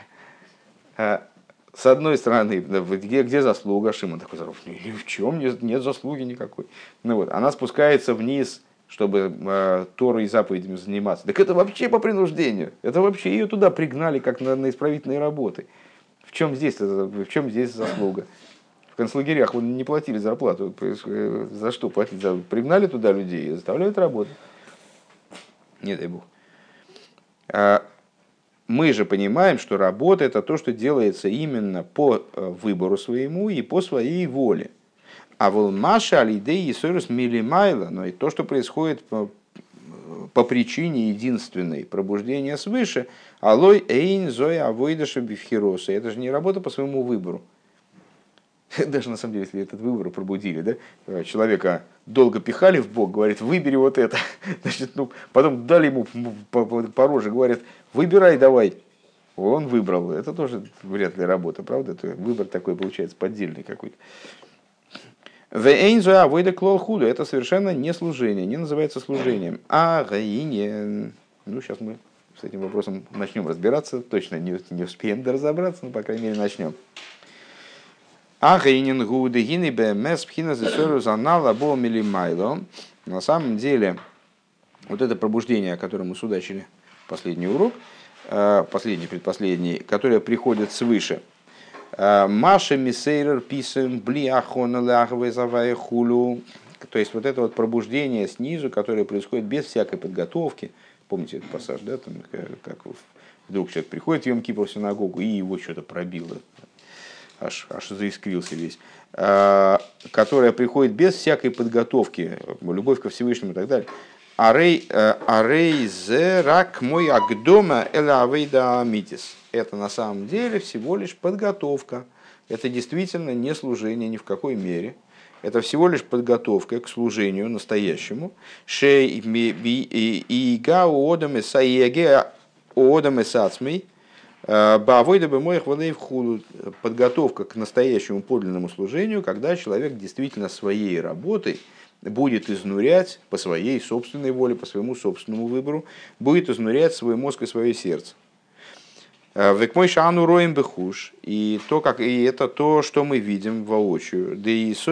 с одной стороны, где заслуга? Шимон такой здоров, ни в чем нет заслуги никакой. Ну вот, она спускается вниз, чтобы Торой и заповедями заниматься. Так это вообще по принуждению. Это вообще ее туда пригнали, как на исправительные работы. В чем здесь заслуга? В концлагерях вон не платили зарплату. За что платить? Пригнали туда людей и заставляют работать. Не дай бог. Мы же понимаем, что работа — это то, что делается именно по выбору своему и по своей воле. А волмаша алидей и сорус милимайла, но и то, что происходит по причине единственной пробуждения свыше, алой эйн зоя авойдаша бифхироса. Это же не работа по своему выбору. Даже на самом деле, если этот выбор пробудили, да? Человека долго пихали в бок, говорит, выбери вот это. Значит, потом дали ему по роже, говорят, выбирай давай. Он выбрал. Это тоже вряд ли работа, правда? Выбор такой получается поддельный какой-то. Это совершенно не служение, не называется служением. А гаине. Сейчас мы с этим вопросом начнем разбираться. Точно не успеем разобраться, но, по крайней мере, начнем. На самом деле, вот это пробуждение, о котором мы судачили последний урок, предпоследний, которое приходит свыше. Маша мисейрер писем блиахона ляхве завая хулю. То есть вот это вот пробуждение снизу, которое происходит без всякой подготовки. Помните этот пассаж, да? Там, как вдруг человек приходит в Йом-Кипр в синагогу и его что-то пробило. Аж заискрился весь, которая приходит без всякой подготовки, любовь ко Всевышнему и так далее. Арей зе рак мой агдома эла авейда амитис. Это на самом деле всего лишь подготовка. Это действительно не служение ни в какой мере. Это всего лишь подготовка к служению настоящему. Шей и га одам саеге одам сацмей. Подготовка к настоящему подлинному служению, когда человек действительно своей работой будет изнурять по своей собственной воле, по своему собственному выбору, будет изнурять свой мозг и свое сердце. И это то, что мы видим воочию.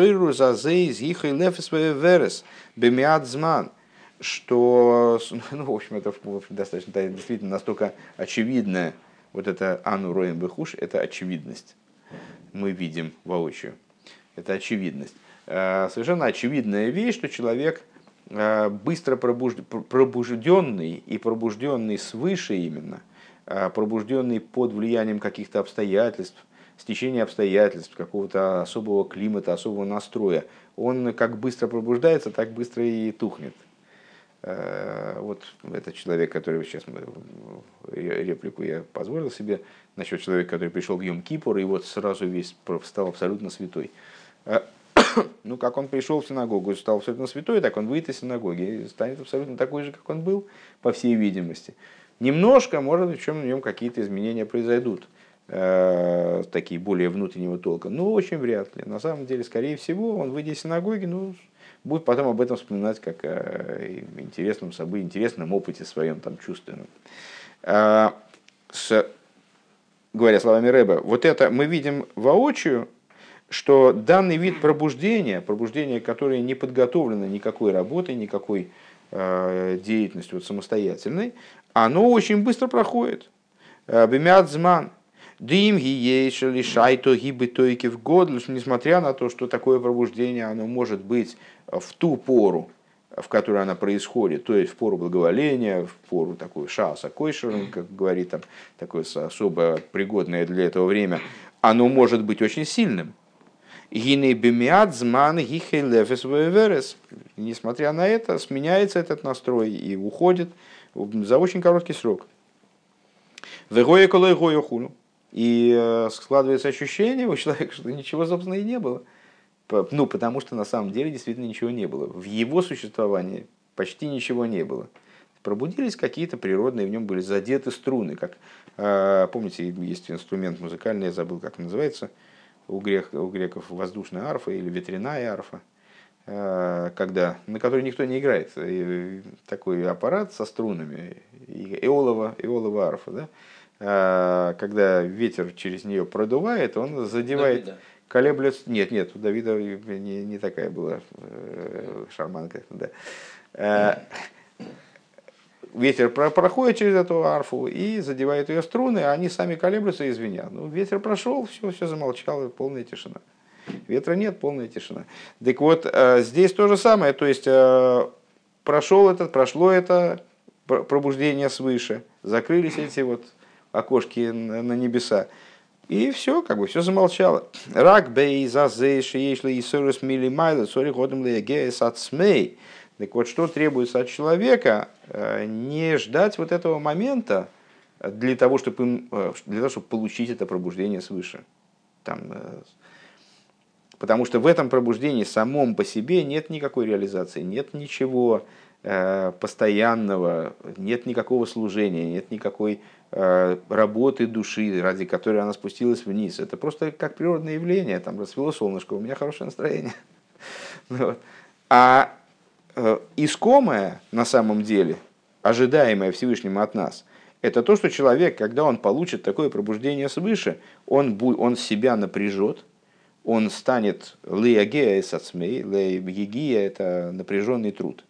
Что, в общем, это достаточно действительно настолько очевидное. Вот это ану роем бехуш, это очевидность. Мы видим воочию. Это очевидность. Совершенно очевидная вещь, что человек быстро пробужденный и пробужденный свыше именно, пробужденный под влиянием каких-то обстоятельств, стечения обстоятельств, какого-то особого климата, особого настроя, он как быстро пробуждается, так быстро и тухнет. Вот этот человек, который сейчас реплику я позволил себе насчет человека, который пришел в Йом-Кипур и вот сразу весь стал абсолютно святой. Ну, как он пришел в синагогу и стал абсолютно святой, так он выйдет из синагоги и станет абсолютно такой же, как он был, по всей видимости. Немножко, может быть, в чем в нем какие-то изменения произойдут, такие более внутреннего толка, но очень вряд ли. На самом деле, скорее всего, он, выйдя из синагоги, будет потом об этом вспоминать как о интересном событии, интересном опыте своем, там, чувственном. Говоря словами Рэбе, вот это мы видим воочию, что данный вид пробуждения, которое не подготовлено никакой работой, никакой деятельностью вот самостоятельной, оно очень быстро проходит. Бемятзман. Дым гиешели шайто гибы тойки в год, несмотря на то, что такое пробуждение, оно может быть в ту пору, в которой она происходит, то есть в пору благоволения, в пору такой шаса койшером, как говорит там, такое особо пригодное для этого время, оно может быть очень сильным. Несмотря на это, сменяется этот настрой и уходит за очень короткий срок. И складывается ощущение у человека, что ничего, собственно, и не было. Ну, потому что на самом деле действительно ничего не было. В его существовании почти ничего не было. Пробудились какие-то природные, в нем были задеты струны. Как, помните, есть инструмент музыкальный, я забыл, как он называется, у греков воздушная арфа или ветряная арфа, на которой никто не играет. И такой аппарат со струнами, эолова арфа, да? Когда ветер через нее продувает, он задевает, Давида. Колеблется. Нет, у Давида не такая была шарманка. Да. Ветер проходит через эту арфу и задевает ее струны, а они сами колеблются и звенят. Ну, ветер прошел, все замолчало, полная тишина. Ветра нет, полная тишина. Так вот, здесь то же самое, то есть прошло это пробуждение свыше, закрылись эти вот окошки на небеса. И все, все замолчало. Рак бей зазейши если и сорос милимайла, сори годом легеес от смей. Так вот, что требуется от человека, не ждать вот этого момента для того, чтобы получить это пробуждение свыше. Потому что в этом пробуждении самом по себе нет никакой реализации, нет ничего постоянного, нет никакого служения, нет никакой работы души, ради которой она спустилась вниз. Это просто как природное явление. Там расцвело солнышко, у меня хорошее настроение. А искомое на самом деле, ожидаемое Всевышним от нас, это то, что человек, когда он получит такое пробуждение свыше, он себя напряжет, он станет леягея эсацмей, леягия – это напряженный труд,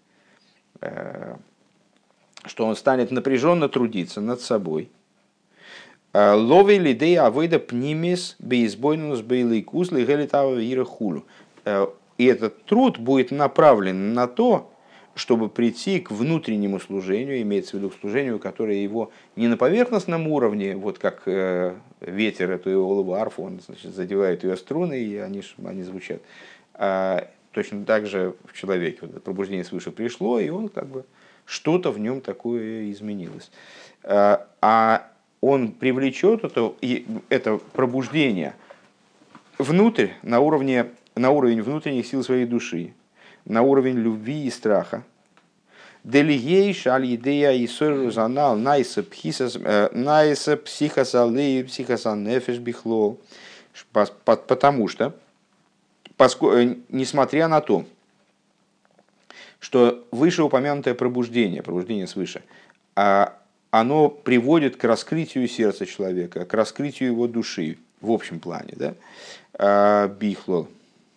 что он станет напряженно трудиться над собой. Ловей лидей авойда пнимис бейсбойнус бейлейкус лигалитава ирахулу. И этот труд будет направлен на то, чтобы прийти к внутреннему служению, имеется в виду к служению, которое его не на поверхностном уровне, вот как ветер эту эолову арфу, он, значит, задевает ее струны, и они звучат. А точно так же в человеке вот, пробуждение свыше пришло, и он что-то в нем такое изменилось. А он привлечет это пробуждение внутрь, на уровень внутренних сил своей души, на уровень любви и страха. Делией шалидея и сорузанал найса психосалей психосанефеш бихлол. Потому что, несмотря на то, что вышеупомянутое пробуждение свыше, оно приводит к раскрытию сердца человека, к раскрытию его души в общем плане, да? Бихлол.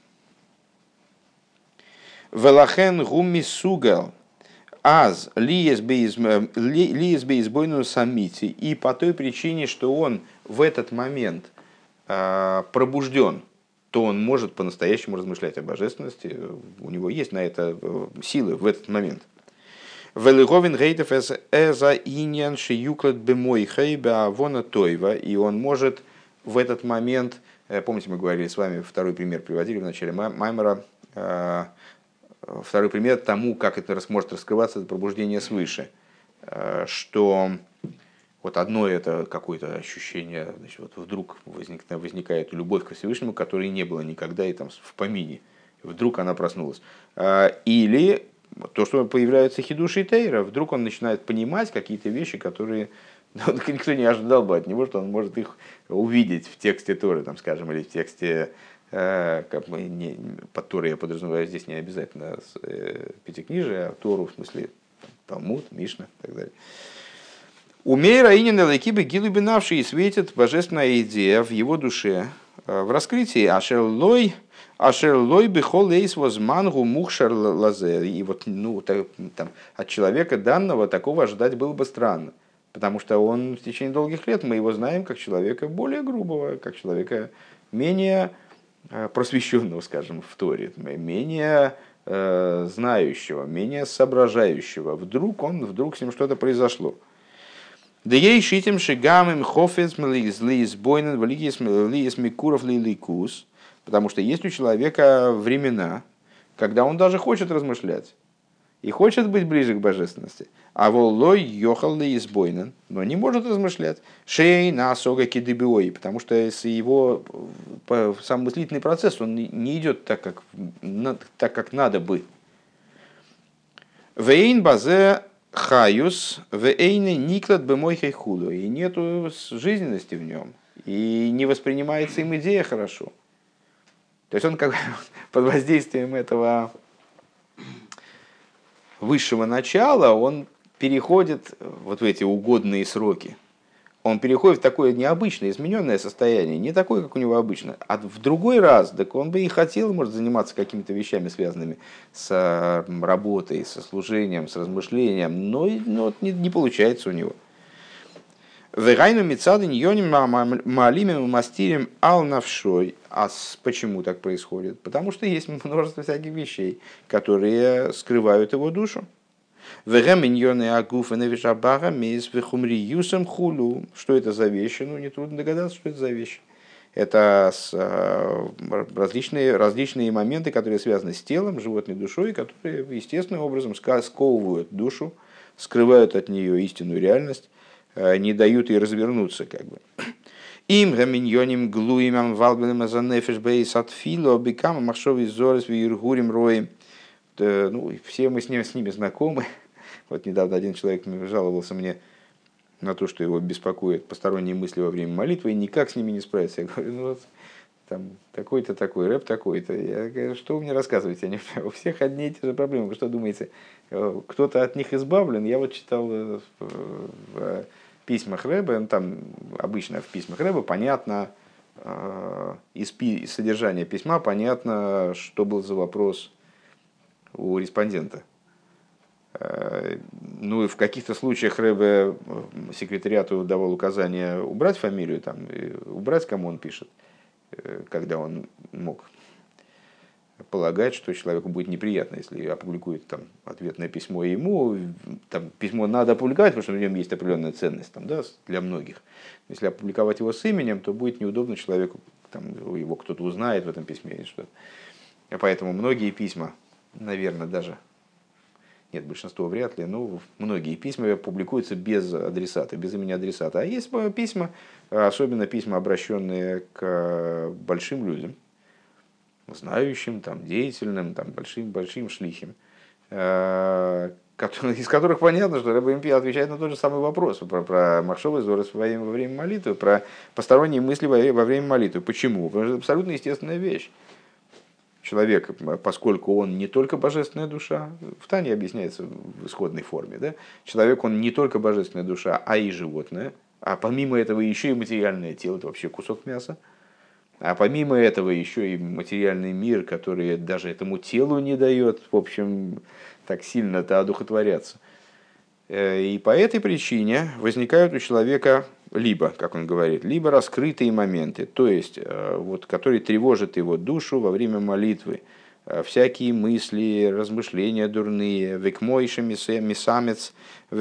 Велахен гумми сугал аз лиес бейсбойну самити. И по той причине, что он в этот момент пробужден, то он может по-настоящему размышлять о божественности. У него есть на это силы в этот момент. Велиговин гейтов эза иньян шиюклет бемой хейба вона тойва. И он может в этот момент, помните, мы говорили с вами, второй пример приводили в начале Маймера, второй пример тому, как это может раскрываться, это пробуждение свыше. Что вот одно это какое-то ощущение, значит, вот вдруг возникает любовь к Всевышнему, которой не было никогда и там в помине. Вдруг она проснулась. Или то, что появляются хидуши и тейра, вдруг он начинает понимать какие-то вещи, которые никто не ожидал бы от него, что он может их увидеть в тексте Торы, там, скажем, или в тексте под Торой я подразумеваю здесь не обязательно пятикнижие, а Тору в смысле Талмуд, Мишна и так далее. Умей раинин лайкибы гилуби навши, и светит божественная идея в его душе, в раскрытии ашерлой Ашер лой бихол эйс возмангу мухшар лазе. И вот там, от человека данного такого ожидать было бы странно. Потому что он в течение долгих лет, мы его знаем как человека более грубого, как человека менее просвещенного, скажем, в Торе, менее знающего, менее соображающего. Вдруг с ним что-то произошло. Да ей шитим шигамим хофец лиз бойнен лиес микуров лиликус. Потому что есть у человека времена, когда он даже хочет размышлять и хочет быть ближе к божественности. А воллой йохал лиес бойнен, но не может размышлять. Шей на сога кидыбиой, потому что его сам мыслительный процесс он не идет так, как надо бы. Вейн базе хаюс, вейны никлад бы мой хайхуду. И нету жизненности в нем. И не воспринимается им идея хорошо. То есть он как бы под воздействием этого высшего начала, он переходит вот в эти угодные сроки. Он переходит в такое необычное, измененное состояние, не такое, как у него обычно. А в другой раз, так он бы и хотел, может, заниматься какими-то вещами, связанными с работой, со служением, с размышлением, но не получается у него. Вегайну мицады ньоним маалимим мастирим ал навшой. А почему так происходит? Потому что есть множество всяких вещей, которые скрывают его душу. Вегам ньоны агуф и невишабага мейс вехумри юсам хулу. Что это за вещи? Ну, нетрудно догадаться, что это за вещи. Это различные моменты, которые связаны с телом, животной душой, которые естественным образом сковывают душу, скрывают от нее истинную реальность, не дают ей развернуться, как бы. Им гаминьоним глуимам валбелем азанефеш бейс от фило бекам махшови зорес виргурим роем. Ну, все мы с ними знакомы. Вот недавно один человек жаловался мне на то, что его беспокоят посторонние мысли во время молитвы, и никак с ними не справиться. Я говорю, ну вот там такой-то такой, рэп такой-то. Я говорю, что вы мне рассказываете? У всех одни и те же проблемы. Вы что думаете, кто-то от них избавлен? Я вот читал в письмах Рэбе, там обычно в письмах Рэбе понятно, из содержания письма понятно, что был за вопрос у респондента. Ну и в каких-то случаях Рэбе секретариату давал указание убрать фамилию, там, убрать, кому он пишет, когда он мог полагать, что человеку будет неприятно, если опубликует там ответное письмо ему. Там, письмо надо опубликовать, потому что в нем есть определенная ценность там, да, для многих. Если опубликовать его с именем, то будет неудобно человеку, там, его кто-то узнает в этом письме или что-то. Поэтому многие письма, наверное, даже, нет, большинство вряд ли, но многие письма публикуются без адресата, без имени адресата. А есть письма, особенно письма, обращенные к большим людям, знающим, там, деятельным, там, большим шлихим, из которых понятно, что Ребе МП отвечает на тот же самый вопрос про махшовый зорес во время молитвы, про посторонние мысли во время молитвы. Почему? Потому что это абсолютно естественная вещь. Человек, поскольку он не только божественная душа, в Тане объясняется в исходной форме, да? Человек, он не только божественная душа, а и животное, а помимо этого еще и материальное тело, это вообще кусок мяса. А помимо этого еще и материальный мир, который даже этому телу не дает, в общем, так сильно-то одухотворяться. И по этой причине возникают у человека либо, как он говорит, либо раскрытые моменты, то есть, вот, которые тревожат его душу во время молитвы, всякие мысли, размышления дурные, векмойши мисамец,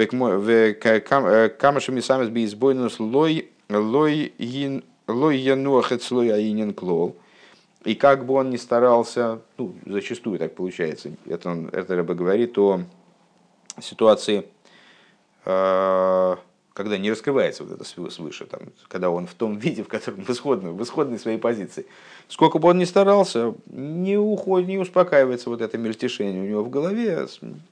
камаши мисамец бейсбойнус лой януахет слой аинен клол. И как бы он ни старался, ну, зачастую так получается, это Ребе говорит о ситуации, когда не раскрывается вот это свыше, там, когда он в том виде, в котором в исходной своей позиции. Сколько бы он ни старался, не успокаивается вот это мельтешение у него в голове.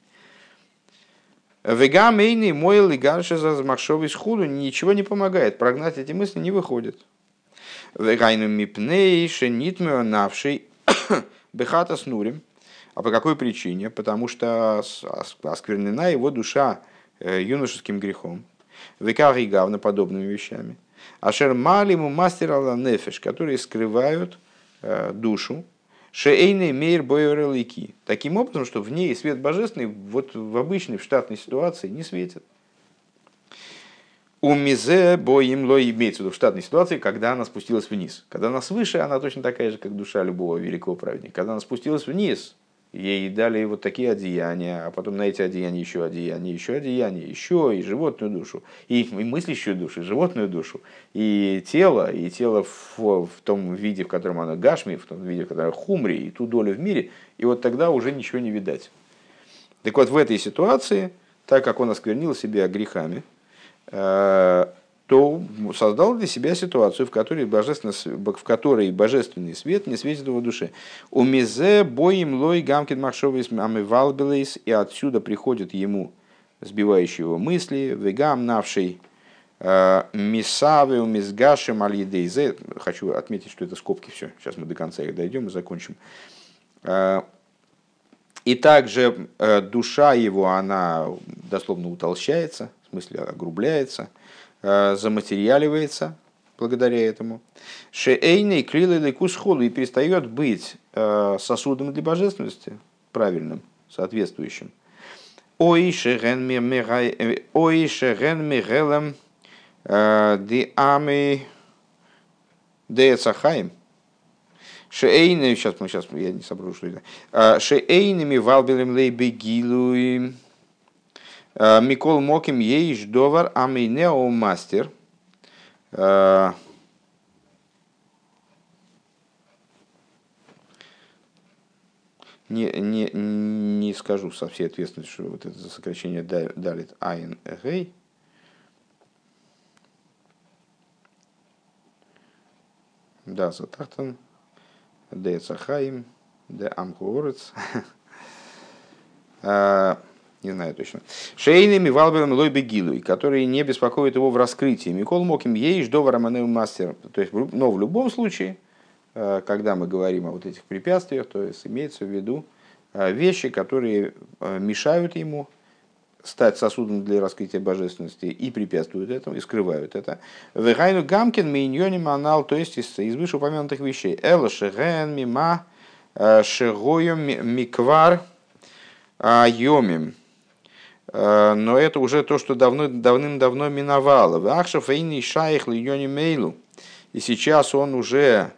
Вегамейный мой лиганши за махшовый схуду ничего не помогает, прогнать эти мысли не выходит. Вегайну мипней шенитмео навший бехата снурим. А по какой причине? Потому что осквернена его душа юношеским грехом. Векари гавна подобными вещами. Ашер малиму мастер ала нефеш, которые скрывают душу. Шеэйный мейр бойорелики. Таким образом, что в ней свет божественный вот в обычной, в штатной ситуации не светит. У мизе боим лой имеется в виду в штатной ситуации, когда она спустилась вниз. Когда она свыше, она точно такая же, как душа любого великого праведника. Когда она спустилась вниз, ей дали вот такие одеяния, а потом на эти одеяния, еще и животную душу, и мыслящую душу, и животную душу, и тело в том виде, в котором оно гашми, в том виде, в котором хумри, и ту долю в мире, и вот тогда уже ничего не видать. Так вот, в этой ситуации, так как он осквернил себя грехами, то создал для себя ситуацию, в которой божественный свет не светит в его душе. У мизе боим лой гамкин махшовис амивалбелейс, и отсюда приходят ему сбивающие его мысли, вегам навший мисаве умизгашем аль-едейзе. Хочу отметить, что это скобки, все. Сейчас мы до конца их дойдем и закончим. И также душа его, она дословно утолщается, в смысле огрубляется, заматериаливается благодаря этому. Шеэйный крилый кусхолу, и перестает быть сосудом для божественности, правильным, соответствующим. Ой шеген мигелем ди ами деэцахаим. Шеэйными, сейчас я не соображу, что это. Шеэйными валбелем лейбегилуи Микол Моким ейш довар аминео мастер. Не скажу со всей ответственностью, что вот это за сокращение далит айн гей. Да, затахтан. Де цахаим, де амхуорец. Не знаю точно. Шейными валбелем лой бегилуй, которые не беспокоят его в раскрытии. Микол Моким ейш довар аминео мастер. То есть, но в любом случае, когда мы говорим о вот этих препятствиях, то есть имеется в виду вещи, которые мешают ему стать сосудом для раскрытия божественности и препятствуют этому, и скрывают это. Вегайну гамкин миньони манал, то есть из вышеупомянутых вещей. Эла шеген мима шегоем миквар йомим. Но это уже то, что давным-давно миновало. Вахша фейни шайх льони мейлу. И сейчас он уже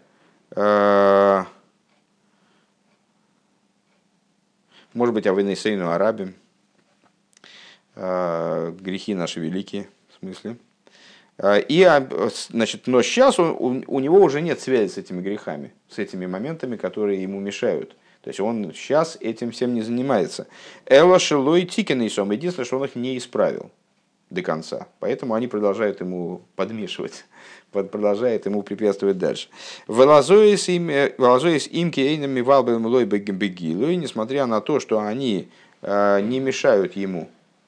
может быть, авейнейсейну арабим, грехи наши великие, в смысле. И, значит, но сейчас у него уже нет связи с этими грехами, с этими моментами, которые ему мешают. То есть он сейчас этим всем не занимается. Эла шелой тикенейсом. Единственное, что он их не исправил до конца. Поэтому они продолжают ему подмешивать, продолжают ему препятствовать дальше. Волозоис имки эйнами валбем лой бегилу. И несмотря на то, что они не мешают ему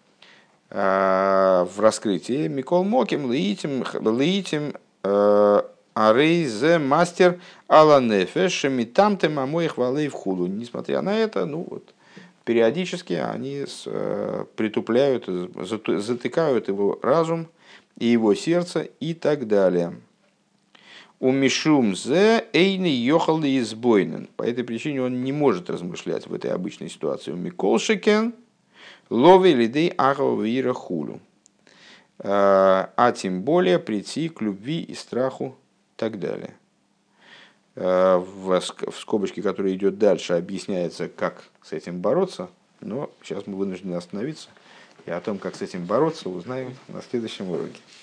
в раскрытии, Микол Моким леитим арейзе мастер аланефеш митамтем амоих валей в худу. Несмотря на это, ну вот, периодически они притупляют, затыкают его разум и его сердце и так далее. У мишум зе эйни йохал избойнен. По этой причине он не может размышлять в этой обычной ситуации. У миколшикен лови лидей ахавира хулу. А тем более прийти к любви и страху и так далее. В скобочке, которая идет дальше, объясняется, как с этим бороться, но сейчас мы вынуждены остановиться, и о том, как с этим бороться, узнаем на следующем уроке.